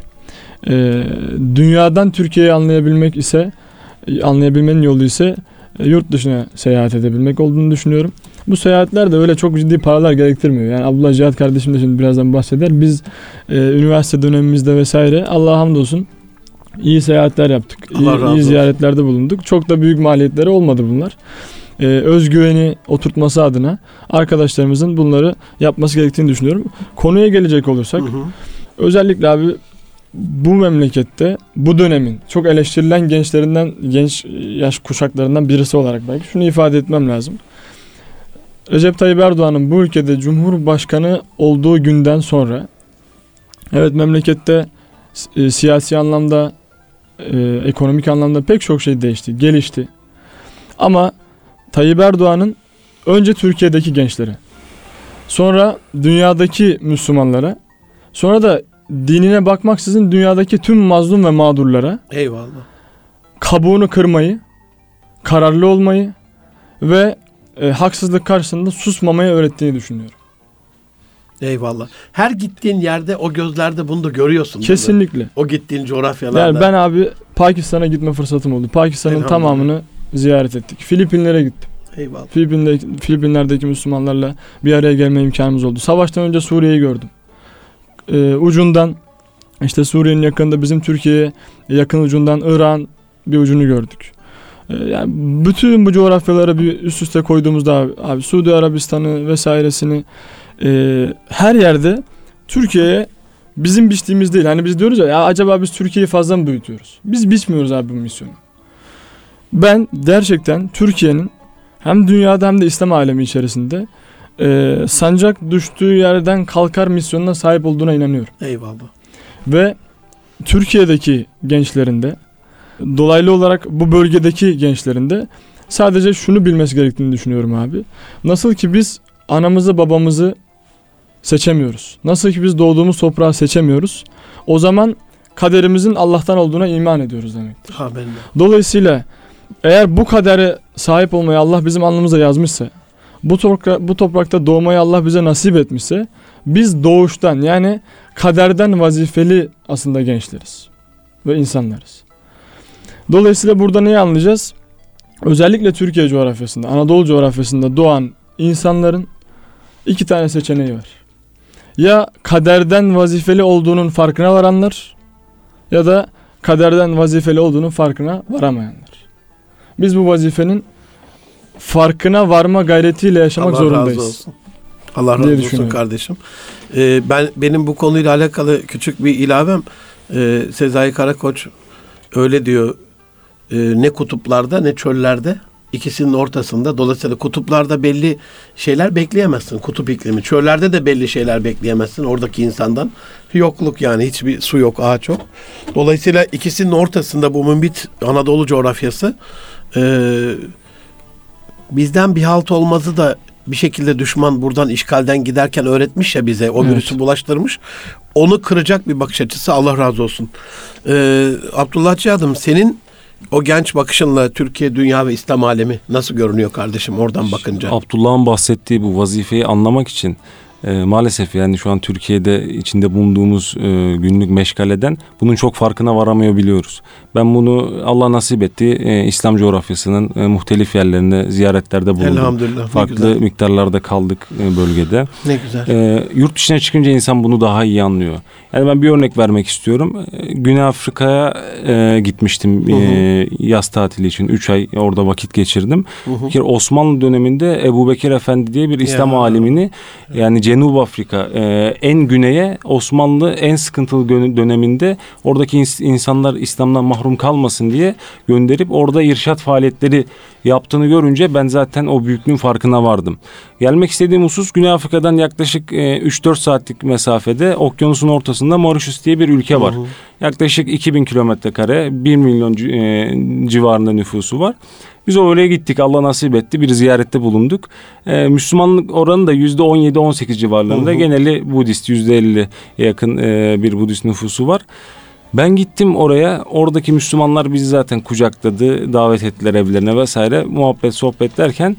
Dünyadan Türkiye'yi anlayabilmenin yolu ise yurt dışına seyahat edebilmek olduğunu düşünüyorum. Bu seyahatler de öyle çok ciddi paralar gerektirmiyor. Yani Abdullah Cihat kardeşim de şimdi birazdan bahseder. Biz üniversite dönemimizde vesaire Allah'a hamdolsun iyi seyahatler yaptık. İyi ziyaretlerde bulunduk. Çok da büyük maliyetleri olmadı bunlar. Özgüveni oturtması adına arkadaşlarımızın bunları yapması gerektiğini düşünüyorum. Konuya gelecek olursak özellikle abi bu memlekette bu dönemin çok eleştirilen genç yaş kuşaklarından birisi olarak belki şunu ifade etmem lazım. Recep Tayyip Erdoğan'ın bu ülkede Cumhurbaşkanı olduğu günden sonra evet memlekette siyasi anlamda, ekonomik anlamda pek çok şey değişti, gelişti. Ama Tayyip Erdoğan'ın önce Türkiye'deki gençlere, sonra dünyadaki Müslümanlara, sonra da dinine bakmaksızın dünyadaki tüm mazlum ve mağdurlara kabuğunu kırmayı, kararlı olmayı ve haksızlık karşısında susmamayı öğrettiğini düşünüyorum.
Eyvallah. Her gittiğin yerde o gözlerde bunu da görüyorsun.
Kesinlikle.
O gittiğin coğrafyalarda.
Yani ben abi Pakistan'a gitme fırsatım oldu. Pakistan'ın tamamını ziyaret ettik. Filipinlere gittim.
Eyvallah.
Filipinler'deki Müslümanlarla bir araya gelme imkanımız oldu. Savaştan önce Suriye'yi gördüm. Ucundan işte Suriye'nin yakınında bizim Türkiye'ye yakın ucundan Irak'ın bir ucunu gördük. Yani bütün bu coğrafyalara bir üst üste koyduğumuzda abi Suudi Arabistan'ı vesairesini her yerde Türkiye'ye bizim biçtiğimiz değil. Hani biz diyoruz ya acaba biz Türkiye'yi fazla mı büyütüyoruz? Biz biçmiyoruz abi bu misyonu. Ben gerçekten Türkiye'nin hem dünyada hem de İslam alemi içerisinde sancak düştüğü yerden kalkar misyonuna sahip olduğuna inanıyorum.
Eyvallah.
Ve Türkiye'deki gençlerinde, dolaylı olarak bu bölgedeki gençlerinde sadece şunu bilmesi gerektiğini düşünüyorum abi. Nasıl ki biz anamızı babamızı seçemiyoruz. Nasıl ki biz doğduğumuz toprağı seçemiyoruz. O zaman kaderimizin Allah'tan olduğuna iman ediyoruz demektir. Dolayısıyla eğer bu kadere sahip olmayı Allah bizim alnımıza yazmışsa, bu toprakta doğmayı Allah bize nasip etmişse, biz doğuştan yani kaderden vazifeli aslında gençleriz ve insanlarız. Dolayısıyla burada neyi anlayacağız? Özellikle Türkiye coğrafyasında, Anadolu coğrafyasında doğan insanların iki tane seçeneği var. Ya kaderden vazifeli olduğunun farkına varanlar ya da kaderden vazifeli olduğunun farkına varamayanlar. Biz bu vazifenin farkına varma gayretiyle yaşamak zorundayız.
Allah razı olsun kardeşim. Benim bu konuyla alakalı küçük bir ilavem. Sezai Karakoç öyle diyor. Ne kutuplarda ne çöllerde, ikisinin ortasında. Dolayısıyla kutuplarda belli şeyler bekleyemezsin. Kutup iklimi. Çöllerde de belli şeyler bekleyemezsin oradaki insandan. Yokluk yani, hiçbir su yok, ağaç yok. Dolayısıyla ikisinin ortasında bu mümbit Anadolu coğrafyası bizden bir halt olmazı da bir şekilde düşman buradan işgalden giderken öğretmiş ya bize, o virüsü bulaştırmış. Onu kıracak bir bakış açısı, Allah razı olsun. Abdullah Cihat'ım, senin o genç bakışınla Türkiye, dünya ve İslam alemi nasıl görünüyor kardeşim oradan bakınca?
Abdullah'ın bahsettiği bu vazifeyi anlamak için maalesef yani şu an Türkiye'de içinde bulunduğumuz günlük meşgaleden bunun çok farkına varamayabiliyoruz. Ben bunu Allah nasip etti İslam coğrafyasının muhtelif yerlerinde ziyaretlerde bulundum.
Elhamdülillah.
Farklı miktarlarda kaldık bölgede.
Ne güzel.
Yurt dışına çıkınca insan bunu daha iyi anlıyor. Yani ben bir örnek vermek istiyorum. Güney Afrika'ya gitmiştim yaz tatili için. 3 ay orada vakit geçirdim. Bir kere Osmanlı döneminde Ebu Bekir Efendi diye bir İslam alimini, yani Cenub Afrika en güneye Osmanlı en sıkıntılı döneminde oradaki insanlar İslam'dan mahrum kalmasın diye gönderip orada irşat faaliyetleri yaptığını görünce ben zaten o büyüklüğün farkına vardım. Gelmek istediğim husus Güney Afrika'dan yaklaşık 3-4 saatlik mesafede okyanusun ortasında Mauritius diye bir ülke var. Yaklaşık 2000 kilometre kare, 1 milyon civarında nüfusu var. Biz oraya gittik, Allah nasip etti, bir ziyarette bulunduk. Müslümanlık oranı da %17-18 civarlarında. Geneli Budist, %50'ye yakın bir Budist nüfusu var. Ben gittim oraya, oradaki Müslümanlar bizi zaten kucakladı, davet ettiler evlerine vesaire, muhabbet sohbet derken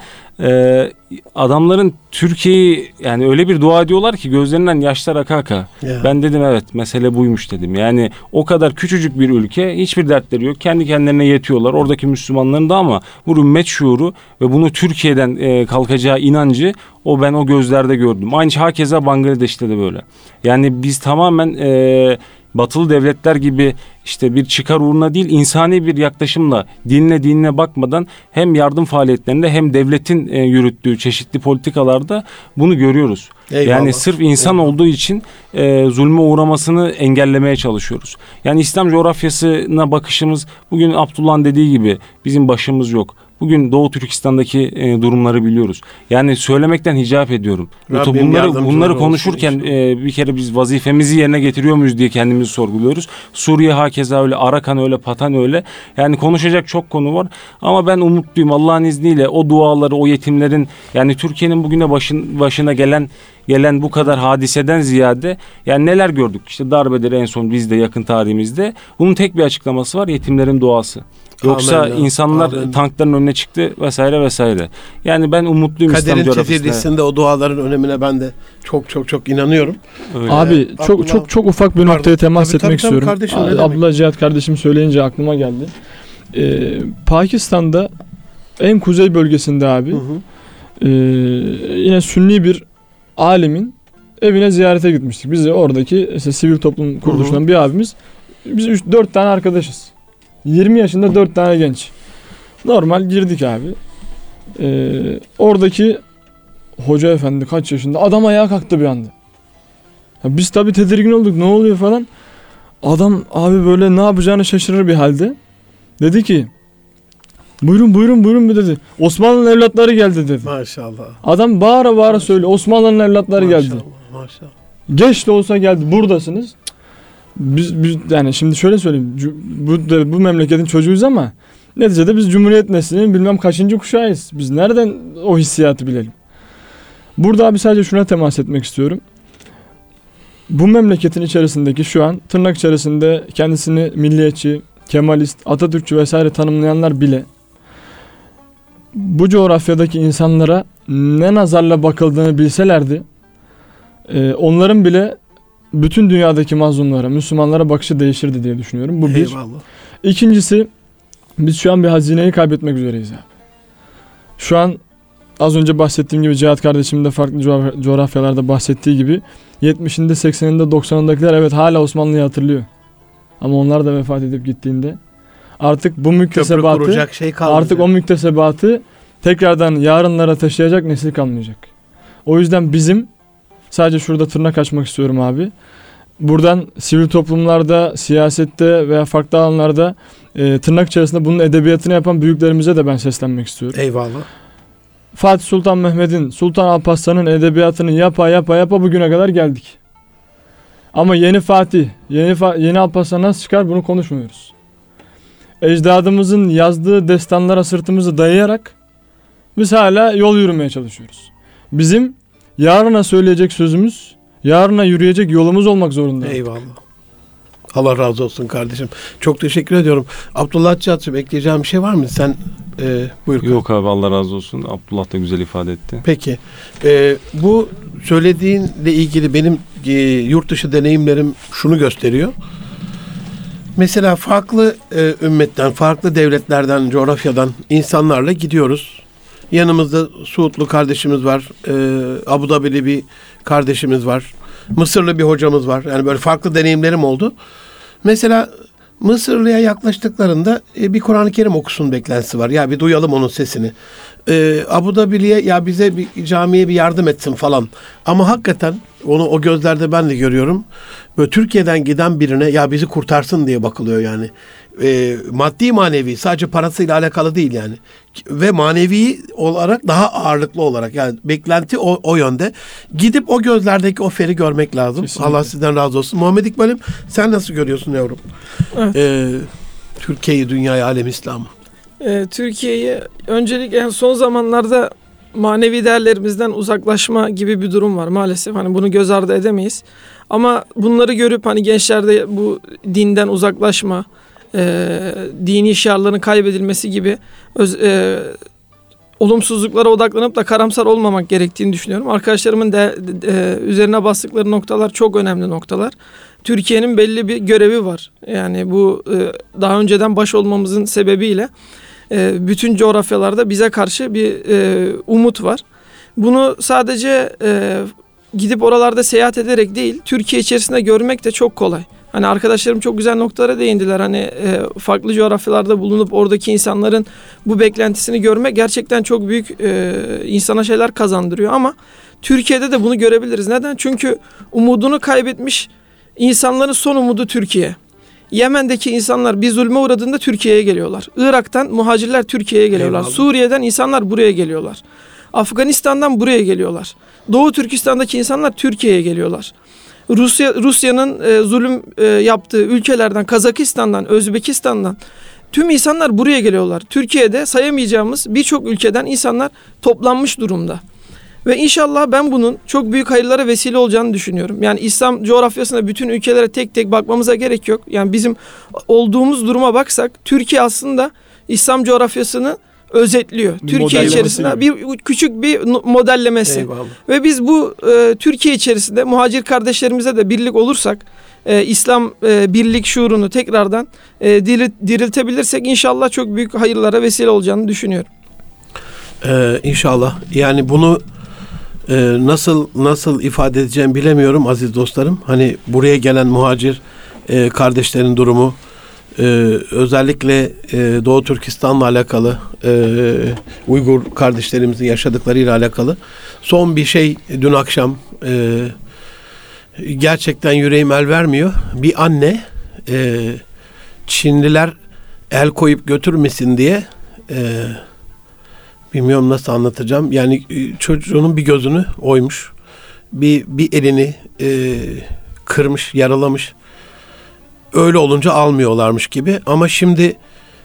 adamların Türkiye'yi yani öyle bir dua ediyorlar ki gözlerinden yaşlar aka aka. Yeah. Ben dedim evet, mesele buymuş dedim. Yani o kadar küçücük bir ülke, hiçbir dertleri yok, kendi kendilerine yetiyorlar oradaki Müslümanların da, ama bu ümmet şuuru ve bunu Türkiye'den kalkacağı inancı ben o gözlerde gördüm. Aynı hakeza Bangladeş'te de böyle. Yani biz tamamen batılı devletler gibi işte bir çıkar uğruna değil, insani bir yaklaşımla, dinine bakmadan hem yardım faaliyetlerinde hem devletin yürüttüğü çeşitli politikalarda bunu görüyoruz. Eyvallah. Yani sırf insan olduğu için zulme uğramasını engellemeye çalışıyoruz. Yani İslam coğrafyasına bakışımız, bugün Abdullah'ın dediği gibi, bizim başımız yok. Bugün Doğu Türkistan'daki durumları biliyoruz. Yani söylemekten hicap ediyorum. Bunları konuşurken bir kere biz vazifemizi yerine getiriyor muyuz diye kendimizi sorguluyoruz. Suriye hakeza öyle, Arakan öyle, Patan öyle. Yani konuşacak çok konu var. Ama ben umutluyum, Allah'ın izniyle o duaları, o yetimlerin, yani Türkiye'nin bugüne başına gelen bu kadar hadiseden ziyade yani neler gördük? İşte darbeleri en son bizde yakın tarihimizde. Bunun tek bir açıklaması var: yetimlerin duası. Yoksa amen, insanlar tankların önüne çıktı vesaire vesaire. Yani ben umutluyum İslam coğrafyasında. Kaderin tecellisi'nde
o duaların önemine ben de çok inanıyorum.
Öyle. Abi çok ufak bir noktaya temas etmek istiyorum. Abdullah Cihat kardeşim söyleyince aklıma geldi. Pakistan'da en kuzey bölgesinde abi yine Sünni bir alimin evine ziyarete gitmiştik. Biz de oradaki sivil toplum kuruluşundan bir abimiz. Biz 4 tane arkadaşız. 20 yaşında 4 tane genç. Normal girdik abi. Oradaki hoca efendi kaç yaşında? Adam ayağa kalktı bir anda. Ya biz tabii tedirgin olduk. Ne oluyor falan. Adam abi böyle ne yapacağını şaşırır bir halde. Dedi ki buyurun dedi. Osmanlı'nın evlatları geldi dedi.
Maşallah.
Adam bağıra söylüyor. Osmanlı'nın evlatları geldi.
Maşallah.
Geç de olsa geldi. Buradasınız. Biz yani şimdi şöyle söyleyeyim. Bu memleketin çocuğuyuz ama neticede biz Cumhuriyet neslinin bilmem kaçıncı kuşağıyız. Biz nereden o hissiyatı bilelim? Burada abi sadece şuna temas etmek istiyorum. Bu memleketin içerisindeki şu an tırnak içerisinde kendisini milliyetçi, Kemalist, Atatürkçü vesaire tanımlayanlar bile bu coğrafyadaki insanlara ne nazarla bakıldığını bilselerdi, onların bile bütün dünyadaki mazlumlara, Müslümanlara bakışı değişirdi diye düşünüyorum. Bu bir.
Eyvallah.
İkincisi, biz şu an bir hazineyi kaybetmek üzereyiz abi. Şu an az önce bahsettiğim gibi, Cihat kardeşimin de farklı coğrafyalarda bahsettiği gibi 70'inde, 80'inde, 90'ındakiler evet hala Osmanlı'yı hatırlıyor. Ama onlar da vefat edip gittiğinde artık bu müktesebatı, o müktesebatı tekrardan yarınlara taşıyacak nesil kalmayacak. O yüzden bizim, sadece şurada tırnak açmak istiyorum abi, buradan sivil toplumlarda, siyasette veya farklı alanlarda tırnak içerisinde bunun edebiyatını yapan büyüklerimize de ben seslenmek istiyorum.
Eyvallah.
Fatih Sultan Mehmet'in, Sultan Alparslan'ın edebiyatını yapa bugüne kadar geldik. Ama yeni Fatih, yeni Alparslan nasıl çıkar, bunu konuşmuyoruz. Ecdadımızın yazdığı destanlara sırtımızı dayayarak biz hala yol yürümeye çalışıyoruz. Bizim yarına söyleyecek sözümüz, yarına yürüyecek yolumuz olmak zorunda.
Eyvallah. Allah razı olsun kardeşim. Çok teşekkür ediyorum. Abdullah Cihat'cığım, ekleyeceğim bir şey var mı? Sen buyur.
Yok abi, Allah razı olsun. Abdullah da güzel ifade etti.
Peki. Bu söylediğinle ilgili benim yurt dışı deneyimlerim şunu gösteriyor. Mesela farklı ümmetten, farklı devletlerden, coğrafyadan insanlarla gidiyoruz. Yanımızda Suudlu kardeşimiz var. Abu Dhabi'li bir kardeşimiz var. Mısırlı bir hocamız var. Yani böyle farklı deneyimlerim oldu. Mesela Mısırlı'ya yaklaştıklarında bir Kur'an-ı Kerim okusun beklentisi var. Ya bir duyalım onun sesini. Abu Dhabi'ye ya bize bir camiye bir yardım etsin falan. Ama hakikaten onu o gözlerde ben de görüyorum. Böyle Türkiye'den giden birine ya bizi kurtarsın diye bakılıyor yani. Maddi manevi, sadece parasıyla alakalı değil yani. Ve manevi olarak daha ağırlıklı olarak, yani beklenti o yönde. Gidip o gözlerdeki o feri görmek lazım. Kesinlikle. Allah sizden razı olsun. Muhammed İkbal'im, sen nasıl görüyorsun yavrum? Evet. Türkiye'yi, dünyayı, alem İslam'ı.
Türkiye'yi öncelikle yani son zamanlarda manevi değerlerimizden uzaklaşma gibi bir durum var maalesef. Hani bunu göz ardı edemeyiz. Ama bunları görüp hani gençlerde bu dinden uzaklaşma, dini şiarların kaybedilmesi gibi olumsuzluklara odaklanıp da karamsar olmamak gerektiğini düşünüyorum. Arkadaşlarımın üzerine bastıkları noktalar çok önemli noktalar. Türkiye'nin belli bir görevi var. Yani bu daha önceden baş olmamızın sebebiyle bütün coğrafyalarda bize karşı bir umut var. Bunu sadece gidip oralarda seyahat ederek değil, Türkiye içerisinde görmek de çok kolay. Hani arkadaşlarım çok güzel noktalara değindiler. Hani farklı coğrafyalarda bulunup oradaki insanların bu beklentisini görmek gerçekten çok büyük insana şeyler kazandırıyor. Ama Türkiye'de de bunu görebiliriz. Neden? Çünkü umudunu kaybetmiş insanların son umudu Türkiye. Yemen'deki insanlar bir zulme uğradığında Türkiye'ye geliyorlar. Irak'tan muhacirler Türkiye'ye geliyorlar. Eyvallah. Suriye'den insanlar buraya geliyorlar. Afganistan'dan buraya geliyorlar. Doğu Türkistan'daki insanlar Türkiye'ye geliyorlar. Rusya'nın zulüm yaptığı ülkelerden, Kazakistan'dan, Özbekistan'dan tüm insanlar buraya geliyorlar. Türkiye'de sayamayacağımız birçok ülkeden insanlar toplanmış durumda. Ve inşallah ben bunun çok büyük hayırlara vesile olacağını düşünüyorum. Yani İslam coğrafyasında bütün ülkelere tek tek bakmamıza gerek yok. Yani bizim olduğumuz duruma baksak Türkiye aslında İslam coğrafyasını özetliyor. Türkiye içerisinde küçük bir modellemesi. Eyvallah. Ve biz bu Türkiye içerisinde muhacir kardeşlerimize de birlik olursak, İslam birlik şuurunu tekrardan diriltebilirsek inşallah çok büyük hayırlara vesile olacağını düşünüyorum.
İnşallah. Yani bunu nasıl ifade edeceğimi bilemiyorum aziz dostlarım. Hani buraya gelen muhacir kardeşlerin durumu, özellikle Doğu Türkistan'la alakalı, Uygur kardeşlerimizin yaşadıklarıyla alakalı son bir şey dün akşam gerçekten yüreğim el vermiyor. Bir anne Çinliler el koyup götürmesin diye bilmiyorum nasıl anlatacağım. Yani çocuğunun bir gözünü oymuş. Bir elini kırmış, yaralamış. Öyle olunca almıyorlarmış gibi. Ama şimdi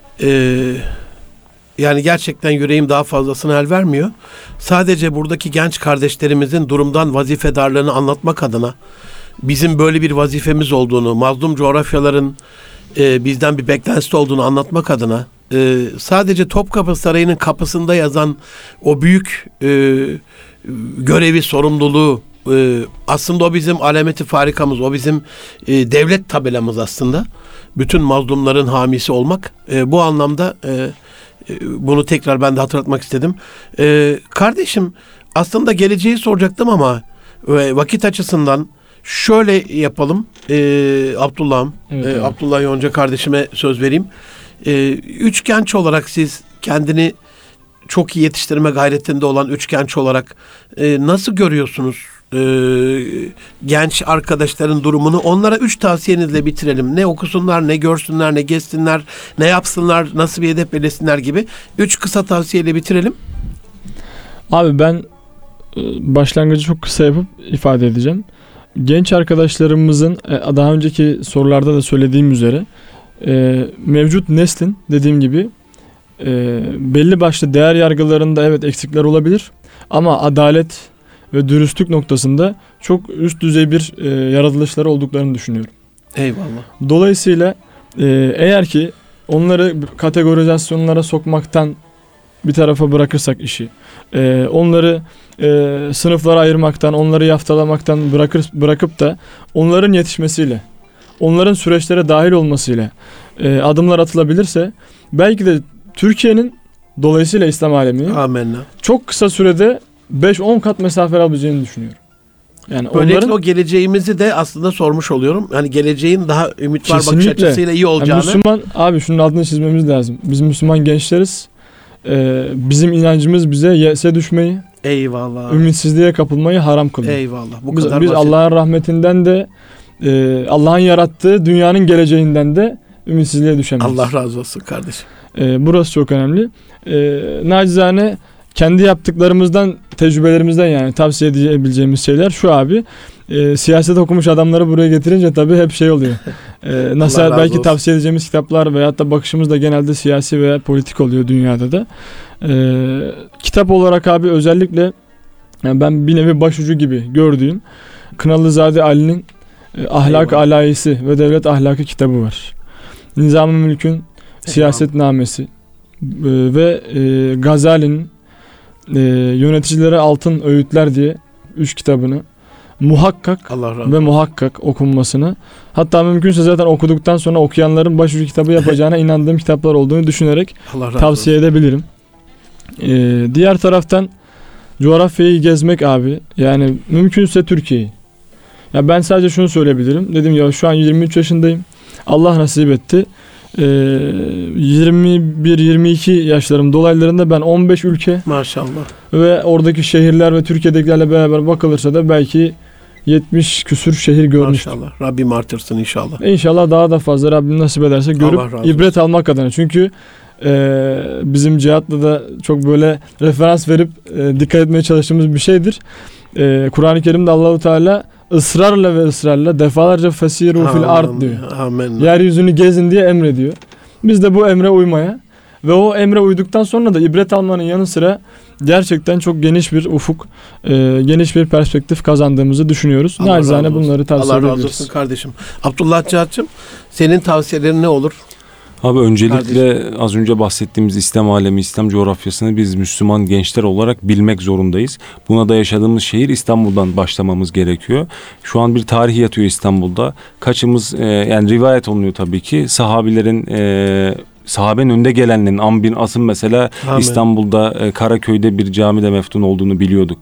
yani gerçekten yüreğim daha fazlasına el vermiyor. Sadece buradaki genç kardeşlerimizin durumdan vazifedarlığını anlatmak adına, bizim böyle bir vazifemiz olduğunu, mazlum coğrafyaların bizden bir beklentisi olduğunu anlatmak adına, sadece Topkapı Sarayı'nın kapısında yazan o büyük görevi, sorumluluğu, aslında o bizim alameti farikamız, o bizim devlet tabelamız aslında. Bütün mazlumların hamisi olmak. Bu anlamda bunu tekrar ben de hatırlatmak istedim. Kardeşim, aslında geleceği soracaktım ama vakit açısından şöyle yapalım. Abdullah'ım, evet. Abdullah Yonca kardeşime söz vereyim. 3 genç olarak siz kendini çok iyi yetiştirme gayretinde olan 3 genç olarak nasıl görüyorsunuz genç arkadaşların durumunu? Onlara 3 tavsiyenizle bitirelim. Ne okusunlar, ne görsünler, ne gezsinler, ne yapsınlar, nasıl bir hedef belirlesinler gibi 3 kısa tavsiyeyle bitirelim.
Abi ben başlangıcı çok kısa yapıp ifade edeceğim. Genç arkadaşlarımızın daha önceki sorularda da söylediğim üzere mevcut neslin dediğim gibi belli başlı değer yargılarında evet eksikler olabilir ama adalet ve dürüstlük noktasında çok üst düzey bir yaratılışları olduklarını düşünüyorum.
Eyvallah.
Dolayısıyla eğer ki onları kategorizasyonlara sokmaktan bir tarafa bırakırsak işi, onları sınıflara ayırmaktan, onları yaftalamaktan bırakıp da onların yetişmesiyle, onların süreçlere dahil olmasıyla adımlar atılabilirse belki de Türkiye'nin, dolayısıyla İslam aleminin
amenna,
çok kısa sürede 5-10 kat mesafe alabileceğini düşünüyorum. Yani
böylelikle o geleceğimizi de aslında sormuş oluyorum. Yani geleceğin daha ümit var bakış açısıyla iyi olacağını.
Yani Müslüman, abi şunun altını çizmemiz lazım. Biz Müslüman gençleriz. bizim inancımız bize yese düşmeyi,
Eyvallah.
ümitsizliğe kapılmayı haram kılıyor.
Eyvallah. Bu
Biz
kadar basit.
Allah'ın rahmetinden de Allah'ın yarattığı dünyanın geleceğinden de ümitsizliğe düşemeyiz.
Allah razı olsun kardeşim.
Burası çok önemli. Nacizane kendi yaptıklarımızdan, tecrübelerimizden yani tavsiye edebileceğimiz şeyler şu abi. Siyaset okumuş adamları buraya getirince tabii hep şey oluyor. Nasihat belki olsun. Tavsiye edeceğimiz kitaplar veyahut da bakışımız da genelde siyasi veya politik oluyor dünyada da. Kitap olarak abi özellikle yani ben bir nevi başucu gibi gördüğüm Kınalızade Ali'nin Ahlak Alayisi ve Devlet Ahlakı kitabı var. Nizam-ı Mülk'ün Siyasetnamesi ve Gazali'nin Yöneticilere Altın Öğütler diye 3 kitabını muhakkak ve muhakkak okunmasını, hatta mümkünse zaten okuduktan sonra okuyanların başucu kitabı yapacağına inandığım kitaplar olduğunu düşünerek tavsiye edebilirim. Diğer taraftan coğrafyayı gezmek abi, yani mümkünse Türkiye'yi. Ya ben sadece şunu söyleyebilirim. Dedim ya şu an 23 yaşındayım. Allah nasip etti. 21-22 yaşlarım dolaylarında ben 15 ülke
maşallah
ve oradaki şehirler ve Türkiye'dekilerle beraber bakılırsa da belki 70 küsür şehir görmüştüm.
Maşallah. Rabbim artırsın inşallah.
İnşallah daha da fazla Rabbim nasip ederse görüp ibret almak adına. Çünkü bizim cihatla da çok böyle referans verip dikkat etmeye çalıştığımız bir şeydir. Kur'an-ı Kerim'de Allahu Teala ısrarla defalarca fesiru fil ard diyor. Amen. Yeryüzünü gezin diye emrediyor. Biz de bu emre uymaya ve o emre uyduktan sonra da ibret almanın yanı sıra gerçekten çok geniş bir ufuk, geniş bir perspektif kazandığımızı düşünüyoruz. Nacizane bunları tavsiye edebiliriz. Allah razı olsun
kardeşim. Abdullah Cihat'cığım, senin tavsiyelerin ne olur?
Abi öncelikle az önce bahsettiğimiz İslam alemi, İslam coğrafyasını biz Müslüman gençler olarak bilmek zorundayız. Buna da yaşadığımız şehir İstanbul'dan başlamamız gerekiyor. Şu an bir tarih yatıyor İstanbul'da. Kaçımız yani rivayet olunuyor tabii ki. Sahabenin önde gelenlerin Amr bin As'ın mesela İstanbul'da Karaköy'de bir camide meftun olduğunu biliyorduk.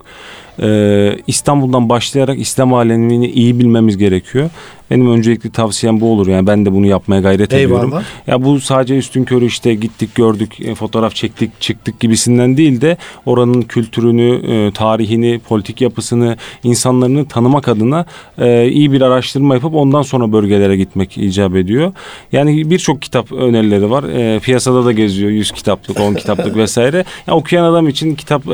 İstanbul'dan başlayarak İslam alemini iyi bilmemiz gerekiyor. Benim öncelikli tavsiyem bu olur. Yani ben de bunu yapmaya gayret ediyorum. Ya bu sadece üstünkörü işte gittik, gördük, fotoğraf çektik, çıktık gibisinden değil de oranın kültürünü, tarihini, politik yapısını, insanlarını tanımak adına iyi bir araştırma yapıp ondan sonra bölgelere gitmek icap ediyor. Yani birçok kitap önerileri var. Piyasada da geziyor 100 kitaplık, 10 kitaplık vesaire. Yani okuyan adam için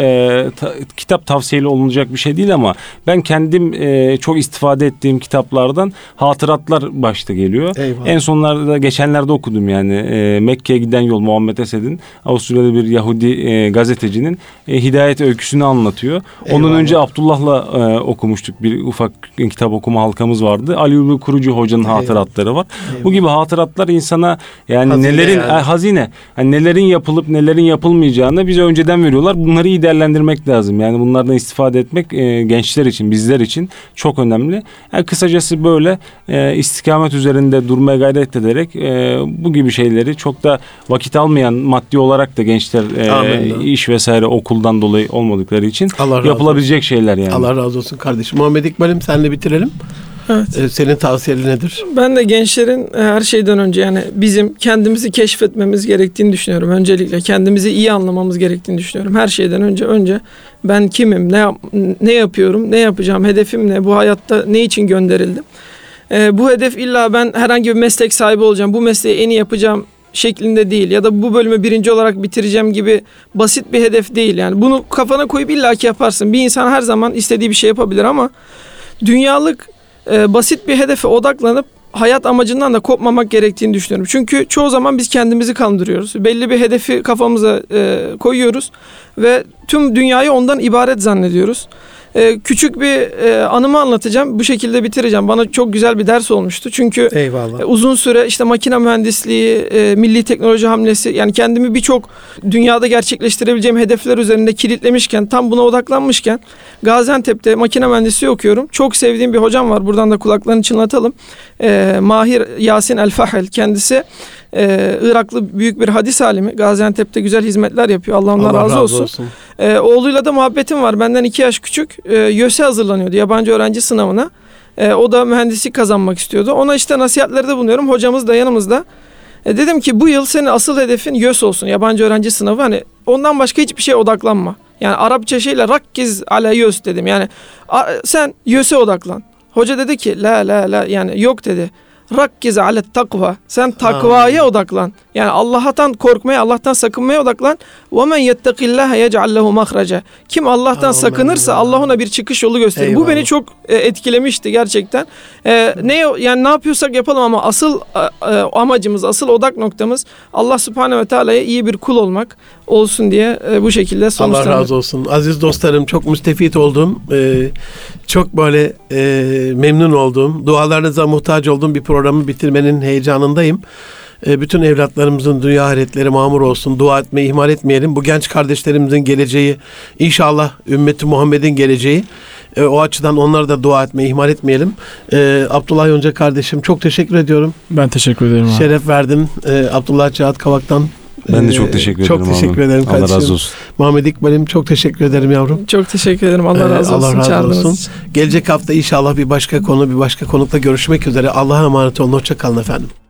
kitap tavsiyeli olunacak bir şey değil ama ben kendim çok istifade ettiğim kitaplardan hatıratlar başta geliyor. Eyvallah. En sonlarda geçenlerde okudum yani Mekke'ye giden yol Muhammed Esed'in Avusturya'da bir Yahudi gazetecinin hidayet öyküsünü anlatıyor. Eyvallah. Ondan önce Abdullah'la okumuştuk. Bir ufak kitap okuma halkamız vardı. Ali Ulvi Kurucu Hoca'nın hatıratları var. Eyvallah. Bu gibi hatıratlar insana yani hazine. Yani nelerin yapılıp nelerin yapılmayacağını bize önceden veriyorlar. Bunları iyi değerlendirmek lazım. Yani bunlardan istifade etmek gençler için, bizler için çok önemli. Yani kısacası böyle istikamet üzerinde durmaya gayret ederek bu gibi şeyleri çok da vakit almayan maddi olarak da gençler iş vesaire okuldan dolayı olmadıkları için yapılabilecek şeyler yani.
Allah razı olsun kardeşim. Muhammed İkbal'im senle bitirelim. Evet. Senin tavsiyelerin nedir?
Ben de gençlerin her şeyden önce yani bizim kendimizi keşfetmemiz gerektiğini düşünüyorum. Öncelikle kendimizi iyi anlamamız gerektiğini düşünüyorum. Her şeyden önce ben kimim, ne yapıyorum, ne yapacağım, hedefim ne, bu hayatta ne için gönderildim? Bu hedef illa ben herhangi bir meslek sahibi olacağım, bu mesleği en iyi yapacağım şeklinde değil ya da bu bölümü 1. olarak bitireceğim gibi basit bir hedef değil. Yani bunu kafana koyup illaki yaparsın. Bir insan her zaman istediği bir şey yapabilir ama dünyalık basit bir hedefe odaklanıp hayat amacından da kopmamak gerektiğini düşünüyorum. Çünkü çoğu zaman biz kendimizi kandırıyoruz. Belli bir hedefi kafamıza koyuyoruz ve tüm dünyayı ondan ibaret zannediyoruz. Küçük bir anımı anlatacağım. Bu şekilde bitireceğim. Bana çok güzel bir ders olmuştu. Çünkü uzun süre işte makine mühendisliği, milli teknoloji hamlesi yani kendimi birçok dünyada gerçekleştirebileceğim hedefler üzerinde kilitlemişken, tam buna odaklanmışken Gaziantep'te makine mühendisliği okuyorum. Çok sevdiğim bir hocam var. Buradan da kulaklarını çınlatalım. Mahir Yasin El-Fahel kendisi. Iraklı büyük bir hadis alimi. Gaziantep'te güzel hizmetler yapıyor. Allah ondan razı olsun. Oğluyla da muhabbetim var. Benden 2 yaş küçük. YÖS'e hazırlanıyordu. Yabancı öğrenci sınavına. O da mühendislik kazanmak istiyordu. Ona işte nasihatlerde bulunuyorum. Hocamız da yanımızda. Dedim ki bu yıl senin asıl hedefin YÖS olsun, yabancı öğrenci sınavı. Hani ondan başka hiçbir şeye odaklanma. Yani Arapça şeyle rakkiz ala YÖS dedim. Yani sen YÖS'e odaklan. Hoca dedi ki la yani yok dedi. Rakkiz ale takva. Sen takvaya odaklan. Yani Allah'tan korkmaya, Allah'tan sakınmaya odaklan. Ve men yettekillaha yec'al lehu mahraca. Kim Allah'tan sakınırsa Allah ona bir çıkış yolu gösterir. Eyvallah. Bu beni çok etkilemişti gerçekten. Yani ne yapıyorsak yapalım ama asıl amacımız, asıl odak noktamız Allah Subhanahu ve Teala'ya iyi bir kul olmak olsun diye bu şekilde sonuçlandı.
Allah razı olsun. Aziz dostlarım, çok müstefit oldum. Çok böyle memnun oldum. Dualarınıza muhtaç olduğum bir programı bitirmenin heyecanındayım. Bütün evlatlarımızın dünya ahiretleri mamur olsun. Dua etmeyi ihmal etmeyelim. Bu genç kardeşlerimizin geleceği, inşallah ümmeti Muhammed'in geleceği. O açıdan onlara da dua etmeyi ihmal etmeyelim. Abdullah Yonca kardeşim, çok teşekkür ediyorum.
Ben teşekkür ederim abi.
Şeref verdin. Abdullah Cihat Kavak'tan.
Ben de çok teşekkür ederim.
Çok teşekkür ederim kardeşim.
Allah razı olsun.
Muhammed İkbal'im, çok teşekkür ederim yavrum.
Çok teşekkür ederim. Allah razı olsun.
Allah razı olsun. Gelecek hafta inşallah bir başka konu, bir başka konukla görüşmek üzere. Allah'a emanet olun. Hoşça kalın efendim.